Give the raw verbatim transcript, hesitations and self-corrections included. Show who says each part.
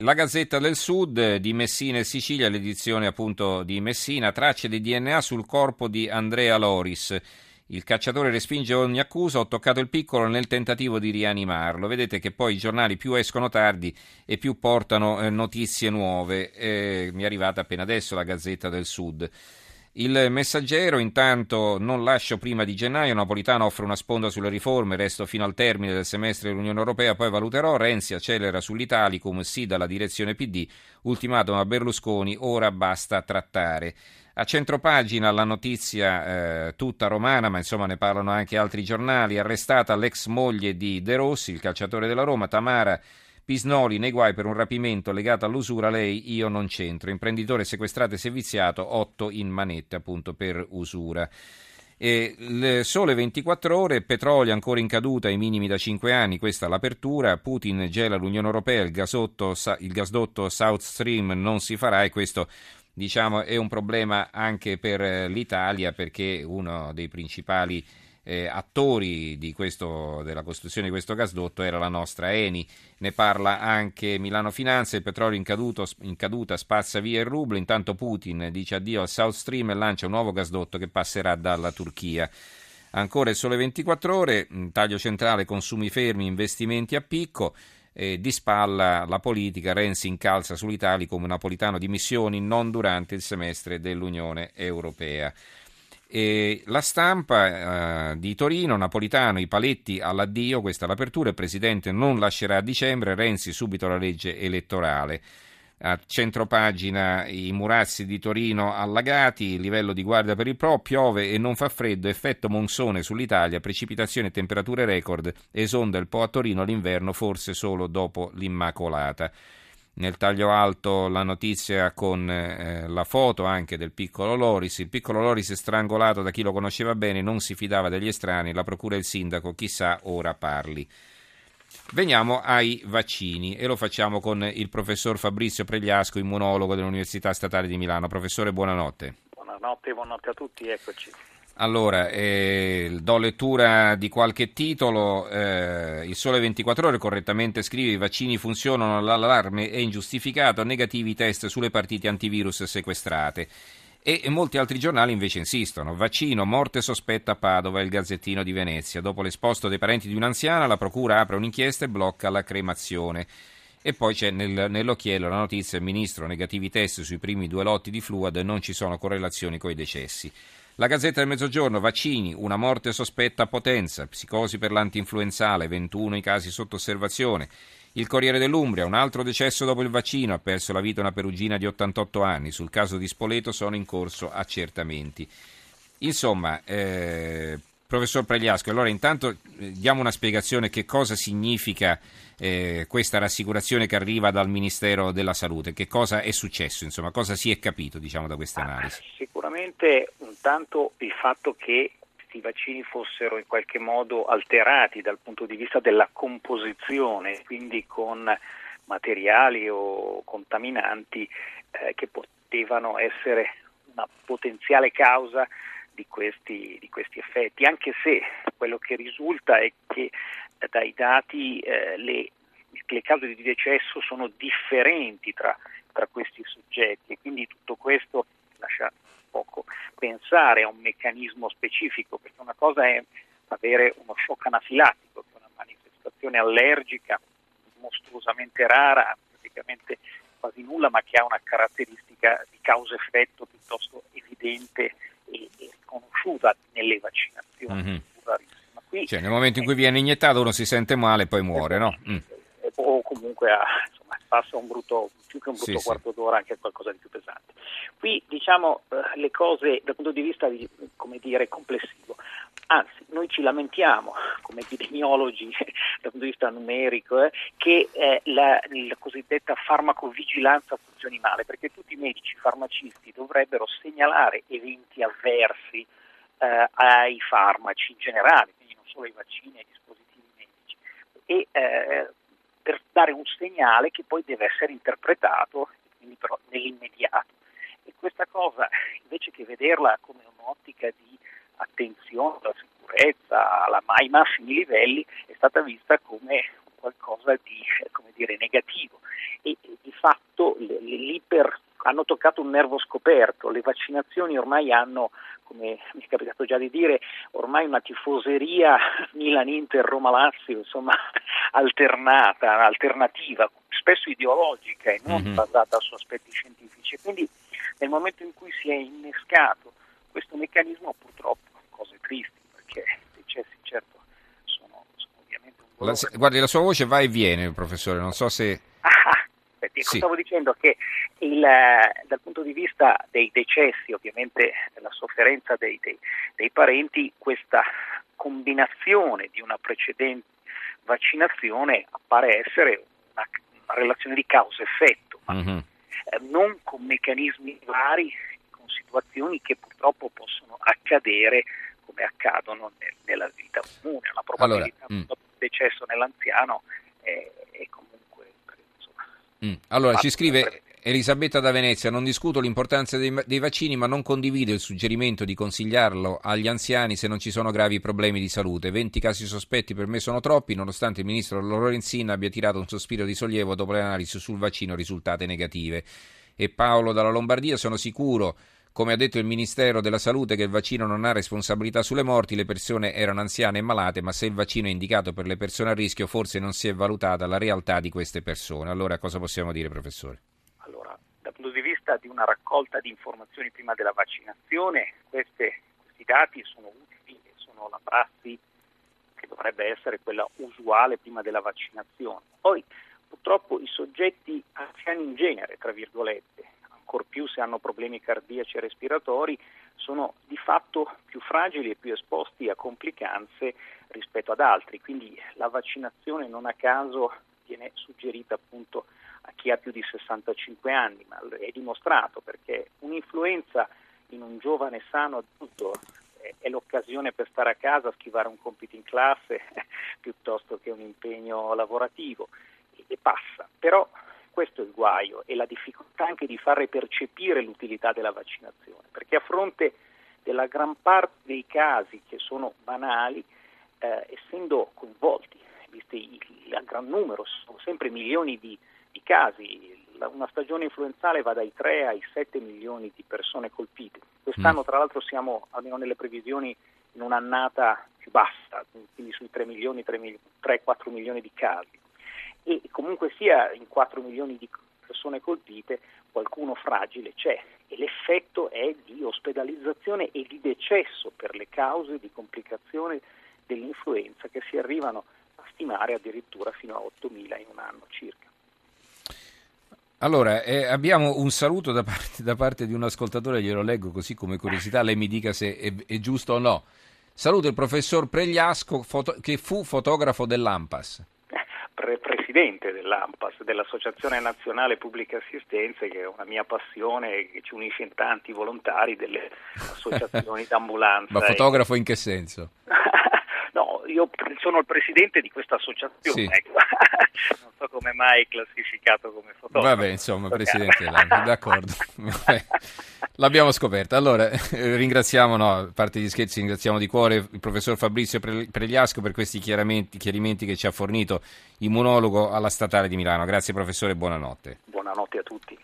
Speaker 1: La Gazzetta del Sud di Messina e Sicilia, l'edizione appunto di Messina, tracce di D N A sul corpo di Andrea Loris. Il cacciatore respinge ogni accusa, ho toccato il piccolo nel tentativo di rianimarlo. Vedete che poi i giornali più escono tardi e più portano eh, notizie nuove. Eh, mi è arrivata appena adesso la Gazzetta del Sud. Il Messaggero, intanto, non lascio prima di gennaio, Napolitano offre una sponda sulle riforme, resto fino al termine del semestre dell'Unione Europea, poi valuterò, Renzi accelera sull'Italicum, sì dalla direzione P D, ultimatum a Berlusconi, ora basta trattare. A centropagina la notizia eh, tutta romana, ma insomma ne parlano anche altri giornali, arrestata l'ex moglie di De Rossi, il calciatore della Roma, Tamara Pisnoli nei guai per un rapimento legato all'usura, lei io non c'entro. Imprenditore sequestrato e seviziato, otto in manette appunto per usura. E il Sole ventiquattro ore, petrolio ancora in caduta ai minimi da cinque anni, questa è l'apertura, Putin gela l'Unione Europea, il gasotto, il gasdotto South Stream non si farà e questo diciamo è un problema anche per l'Italia perché uno dei principali Eh, attori di questo, della costruzione di questo gasdotto era la nostra Eni. Ne parla anche Milano Finanza, il petrolio in, caduto, in caduta spazza via il rublo, intanto Putin dice addio al South Stream e lancia un nuovo gasdotto che passerà dalla Turchia. Ancora il Sole ventiquattro ore, taglio centrale, consumi fermi, investimenti a picco. Eh, di spalla la politica, Renzi incalza sull'Italia come Napolitano di missioni non durante il semestre dell'Unione Europea. E la Stampa eh, di Torino, Napolitano, i paletti all'addio, questa è l'apertura, il Presidente non lascerà a dicembre, Renzi subito la legge elettorale. A centropagina i Murazzi di Torino allagati, livello di guardia per il Pro, piove e non fa freddo, effetto monsone sull'Italia, precipitazioni e temperature record, esonda il Po a Torino l'inverno forse solo dopo l'Immacolata. Nel taglio alto la notizia con eh, la foto anche del piccolo Loris. Il piccolo Loris è strangolato da chi lo conosceva bene, non si fidava degli estranei, la procura e il sindaco, chissà ora parli. Veniamo ai vaccini e lo facciamo con il professor Fabrizio Pregliasco, immunologo dell'Università Statale di Milano. Professore, buonanotte.
Speaker 2: Buonanotte, buonanotte a tutti, eccoci.
Speaker 1: Allora, eh, do lettura di qualche titolo. Eh, il Sole ventiquattro ore correttamente scrive: i vaccini funzionano, l'allarme è ingiustificato, negativi test sulle partite antivirus sequestrate. E, e molti altri giornali invece insistono. Vaccino, morte sospetta a Padova, il Gazzettino di Venezia. Dopo l'esposto dei parenti di un'anziana, la procura apre un'inchiesta e blocca la cremazione. E poi c'è nel, nell'occhiello la notizia: il ministro, negativi test sui primi due lotti di Fluad, non ci sono correlazioni coi decessi. La Gazzetta del Mezzogiorno, vaccini, una morte sospetta a Potenza, psicosi per l'antinfluenzale, ventuno i casi sotto osservazione. Il Corriere dell'Umbria, un altro decesso dopo il vaccino, ha perso la vita una perugina di ottantotto anni, sul caso di Spoleto sono in corso accertamenti. Insomma, eh, professor Pregliasco, allora intanto eh, diamo una spiegazione che cosa significa eh, questa rassicurazione che arriva dal Ministero della Salute, che cosa è successo, insomma, cosa si è capito diciamo da questa analisi.
Speaker 2: Ah, sicuramente intanto il fatto che i vaccini fossero in qualche modo alterati dal punto di vista della composizione, quindi con materiali o contaminanti eh, che potevano essere una potenziale causa di questi, di questi effetti, anche se quello che risulta è che eh, dai dati eh, le, le cause di decesso sono differenti tra, tra questi soggetti e quindi tutto questo lascia poco pensare a un meccanismo specifico, perché una cosa è avere uno shock anafilattico, che è una manifestazione allergica mostruosamente rara, praticamente quasi nulla, ma che ha una caratteristica di causa-effetto piuttosto evidente e, e riconosciuta nelle vaccinazioni.
Speaker 1: Mm-hmm.
Speaker 2: Qui,
Speaker 1: cioè, nel momento in cui viene iniettato uno si sente male e poi muore, no? Mm.
Speaker 2: O comunque ha, insomma, passa un brutto, più che un brutto
Speaker 1: sì,
Speaker 2: quarto
Speaker 1: sì.
Speaker 2: d'ora, anche qualcosa di più pesante. Qui diciamo eh, le cose dal punto di vista di, come dire, complessivo. Anzi, noi ci lamentiamo come epidemiologi dal punto di vista numerico eh, che eh, la, la cosiddetta farmacovigilanza funzioni male, perché tutti i medici farmacisti dovrebbero segnalare eventi avversi eh, ai farmaci in generale, quindi non solo ai vaccini e ai dispositivi medici. E eh, per dare un segnale che poi deve essere interpretato, quindi però nell'immediato. E questa cosa, invece che vederla come un'ottica di attenzione alla sicurezza, alla mai massimi livelli, è stata vista come qualcosa di, come dire, negativo. E, e di fatto l'iper, hanno toccato un nervo scoperto. Le vaccinazioni ormai hanno, come mi è capitato già di dire, ormai una tifoseria Milan-Inter, Roma-Lazio, insomma, alternata, alternativa, spesso ideologica e non mm-hmm. basata su aspetti scientifici. Quindi nel momento in cui si è innescato questo meccanismo, purtroppo, cose tristi, perché i decessi certo sono, sono ovviamente un
Speaker 1: dolore. La, guardi, la sua voce va e viene, professore, non so se...
Speaker 2: Ah, perché sì. Stavo dicendo che il, dal punto di vista dei decessi, ovviamente della sofferenza dei, dei, dei parenti, questa combinazione di una precedente vaccinazione appare essere una, una relazione di causa-effetto, ma mm-hmm. eh, non con meccanismi vari, con situazioni che purtroppo possono accadere come accadono nel, nella vita comune. La probabilità
Speaker 1: allora,
Speaker 2: di mm. decesso nell'anziano è, è comunque... Insomma,
Speaker 1: mm. Allora, ci scrive Elisabetta da Venezia: non discuto l'importanza dei, dei vaccini, ma non condivido il suggerimento di consigliarlo agli anziani se non ci sono gravi problemi di salute. venti casi sospetti per me sono troppi, nonostante il ministro Lorenzin abbia tirato un sospiro di sollievo dopo le analisi sul vaccino risultate negative. E Paolo dalla Lombardia: sono sicuro, come ha detto il Ministero della Salute, che il vaccino non ha responsabilità sulle morti, le persone erano anziane e malate, ma se il vaccino è indicato per le persone a rischio, forse non si è valutata la realtà di queste persone. Allora, cosa possiamo dire, professore?
Speaker 2: Dal punto di vista di una raccolta di informazioni prima della vaccinazione, queste, questi dati sono utili e sono la prassi che dovrebbe essere quella usuale prima della vaccinazione. Poi purtroppo i soggetti anziani in genere, tra virgolette, ancor più se hanno problemi cardiaci e respiratori, sono di fatto più fragili e più esposti a complicanze rispetto ad altri, quindi la vaccinazione non a caso viene suggerita appunto a chi ha più di sessantacinque anni, ma è dimostrato, perché un'influenza in un giovane sano adulto è l'occasione per stare a casa, schivare un compito in classe piuttosto che un impegno lavorativo, e passa. Però questo è il guaio e la difficoltà anche di fare percepire l'utilità della vaccinazione, perché a fronte della gran parte dei casi che sono banali, eh, essendo coinvolti, visti il gran numero, sono sempre milioni di i casi, una stagione influenzale va dai tre ai sette milioni di persone colpite. Quest'anno tra l'altro siamo, almeno nelle previsioni, in un'annata più bassa, quindi sui tre milioni, tre quattro milioni di casi. E comunque sia, in quattro milioni di persone colpite qualcuno fragile c'è, e l'effetto è di ospedalizzazione e di decesso per le cause di complicazione dell'influenza, che si arrivano a stimare addirittura fino a ottomila in un anno circa.
Speaker 1: Allora, eh, abbiamo un saluto da parte, da parte di un ascoltatore, glielo leggo così come curiosità, lei mi dica se è, è giusto o no. Saluto il professor Pregliasco, foto, che fu fotografo dell'ANPAS.
Speaker 2: Pre- presidente dell'ANPAS, dell'Associazione Nazionale Pubbliche Assistenze, che è una mia passione e che ci unisce in tanti volontari delle associazioni d'ambulanza.
Speaker 1: Ma fotografo e... in che senso?
Speaker 2: No, io sono il presidente di questa associazione, sì. Ecco. Non so come mai classificato come fotografo.
Speaker 1: Vabbè, insomma, presidente dell'ANPAS, d'accordo. L'abbiamo scoperta. Allora, eh, ringraziamo, no, a parte gli scherzi, ringraziamo di cuore il professor Fabrizio Pregliasco per questi chiarimenti, chiarimenti che ci ha fornito, immunologo alla Statale di Milano. Grazie professore, buonanotte.
Speaker 2: Buonanotte a tutti.